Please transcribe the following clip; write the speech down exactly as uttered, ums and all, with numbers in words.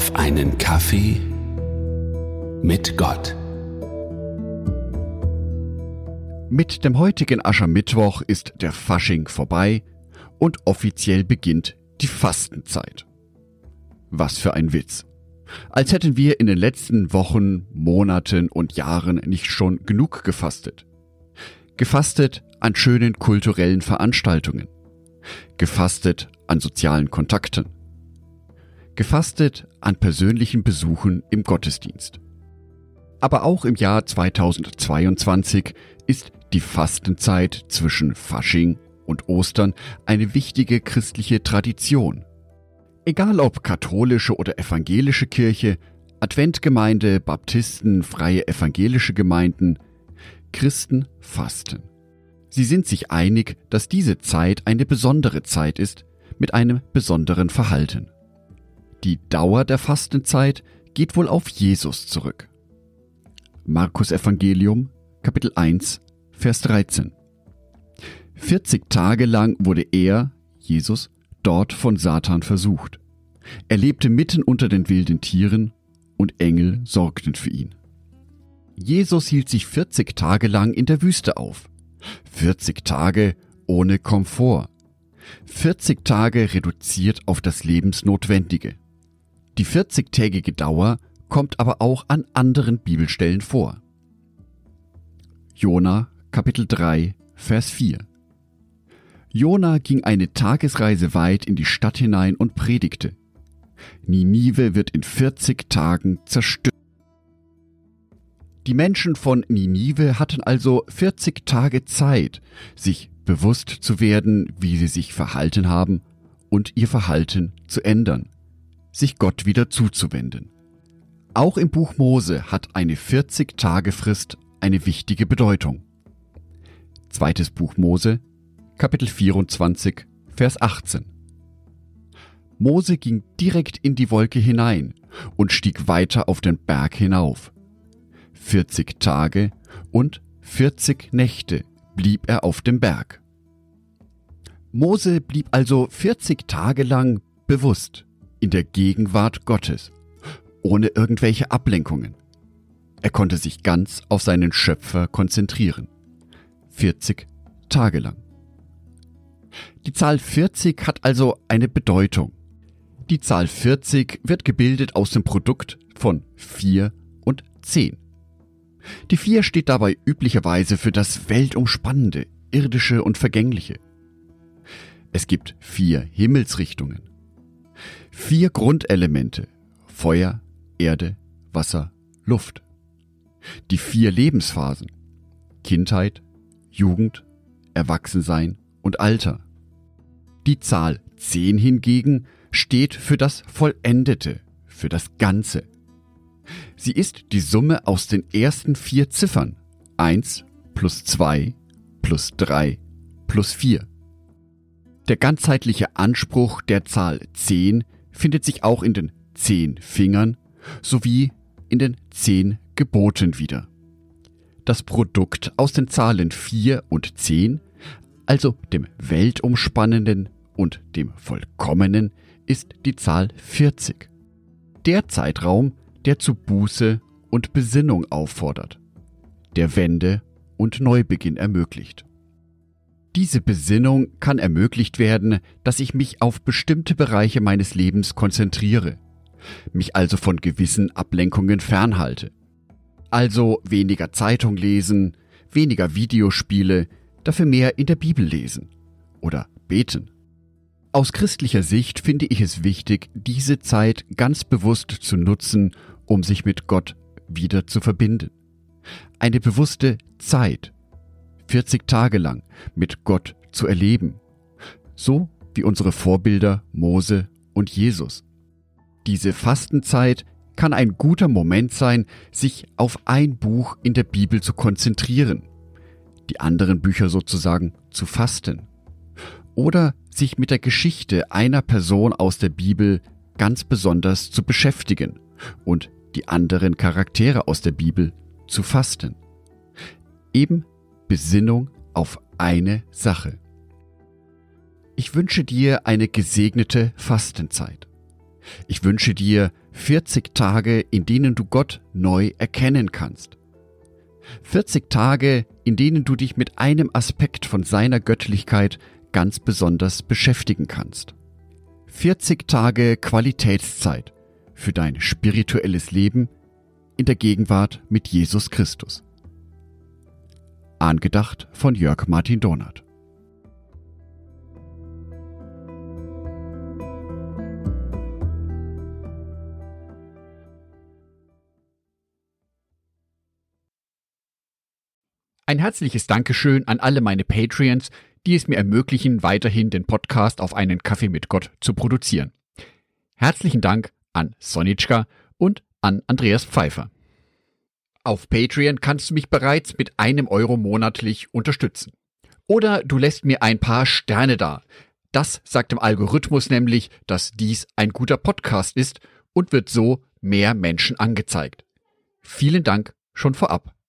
auf einen Kaffee mit Gott. Mit dem heutigen Aschermittwoch ist der Fasching vorbei und offiziell beginnt die Fastenzeit. Was für ein Witz. Als hätten wir in den letzten Wochen, Monaten und Jahren nicht schon genug gefastet. Gefastet an schönen kulturellen Veranstaltungen. Gefastet an sozialen Kontakten. Gefastet an persönlichen Besuchen im Gottesdienst. Aber auch im Jahr zweitausendzweiundzwanzig ist die Fastenzeit zwischen Fasching und Ostern eine wichtige christliche Tradition. Egal ob katholische oder evangelische Kirche, Adventgemeinde, Baptisten, freie evangelische Gemeinden, Christen fasten. Sie sind sich einig, dass diese Zeit eine besondere Zeit ist, mit einem besonderen Verhalten. Die Dauer der Fastenzeit geht wohl auf Jesus zurück. Markus Evangelium, Kapitel eins, Vers dreizehn. vierzig Tage lang wurde er, Jesus, dort von Satan versucht. Er lebte mitten unter den wilden Tieren und Engel sorgten für ihn. Jesus hielt sich vierzig Tage lang in der Wüste auf. vierzig Tage ohne Komfort. vierzig Tage reduziert auf das Lebensnotwendige. Die vierzigtägige Dauer kommt aber auch an anderen Bibelstellen vor. Jona, Kapitel drei, Vers vier. Jona ging eine Tagesreise weit in die Stadt hinein und predigte. Ninive wird in vierzig Tagen zerstört. Die Menschen von Ninive hatten also vierzig Tage Zeit, sich bewusst zu werden, wie sie sich verhalten haben und ihr Verhalten zu ändern, sich Gott wieder zuzuwenden. Auch im Buch Mose hat eine vierzig-Tage-Frist eine wichtige Bedeutung. Zweites Buch Mose, Kapitel vierundzwanzig, Vers achtzehn. Mose ging direkt in die Wolke hinein und stieg weiter auf den Berg hinauf. vierzig Tage und vierzig Nächte blieb er auf dem Berg. Mose blieb also vierzig Tage lang bewusst in der Gegenwart Gottes, ohne irgendwelche Ablenkungen. Er konnte sich ganz auf seinen Schöpfer konzentrieren. vierzig Tage lang. Die Zahl vierzig hat also eine Bedeutung. Die Zahl vierzig wird gebildet aus dem Produkt von vier und zehn. Die vier steht dabei üblicherweise für das Weltumspannende, Irdische und Vergängliche. Es gibt vier Himmelsrichtungen. Vier Grundelemente: Feuer, Erde, Wasser, Luft. Die vier Lebensphasen: Kindheit, Jugend, Erwachsensein und Alter. Die Zahl zehn hingegen steht für das Vollendete, für das Ganze. Sie ist die Summe aus den ersten vier Ziffern: eins plus zwei plus drei plus vier. Der ganzheitliche Anspruch der Zahl zehn findet sich auch in den zehn Fingern sowie in den zehn Geboten wieder. Das Produkt aus den Zahlen vier und zehn, also dem Weltumspannenden und dem Vollkommenen, ist die Zahl vierzig. Der Zeitraum, der zu Buße und Besinnung auffordert, der Wende und Neubeginn ermöglicht. Diese Besinnung kann ermöglicht werden, dass ich mich auf bestimmte Bereiche meines Lebens konzentriere, mich also von gewissen Ablenkungen fernhalte. Also weniger Zeitung lesen, weniger Videospiele, dafür mehr in der Bibel lesen oder beten. Aus christlicher Sicht finde ich es wichtig, diese Zeit ganz bewusst zu nutzen, um sich mit Gott wieder zu verbinden. Eine bewusste Zeit, vierzig Tage lang mit Gott zu erleben, so wie unsere Vorbilder Mose und Jesus. Diese Fastenzeit kann ein guter Moment sein, sich auf ein Buch in der Bibel zu konzentrieren, die anderen Bücher sozusagen zu fasten, oder sich mit der Geschichte einer Person aus der Bibel ganz besonders zu beschäftigen und die anderen Charaktere aus der Bibel zu fasten. Eben Besinnung auf eine Sache. Ich wünsche dir eine gesegnete Fastenzeit. Ich wünsche dir vierzig Tage, in denen du Gott neu erkennen kannst. vierzig Tage, in denen du dich mit einem Aspekt von seiner Göttlichkeit ganz besonders beschäftigen kannst. vierzig Tage Qualitätszeit für dein spirituelles Leben in der Gegenwart mit Jesus Christus. Angedacht von Jörg Martin Donath. Ein herzliches Dankeschön an alle meine Patreons, die es mir ermöglichen, weiterhin den Podcast auf einen Kaffee mit Gott zu produzieren. Herzlichen Dank an Sonitschka und an Andreas Pfeiffer. Auf Patreon kannst du mich bereits mit einem Euro monatlich unterstützen. Oder du lässt mir ein paar Sterne da. Das sagt dem Algorithmus nämlich, dass dies ein guter Podcast ist und wird so mehr Menschen angezeigt. Vielen Dank schon vorab.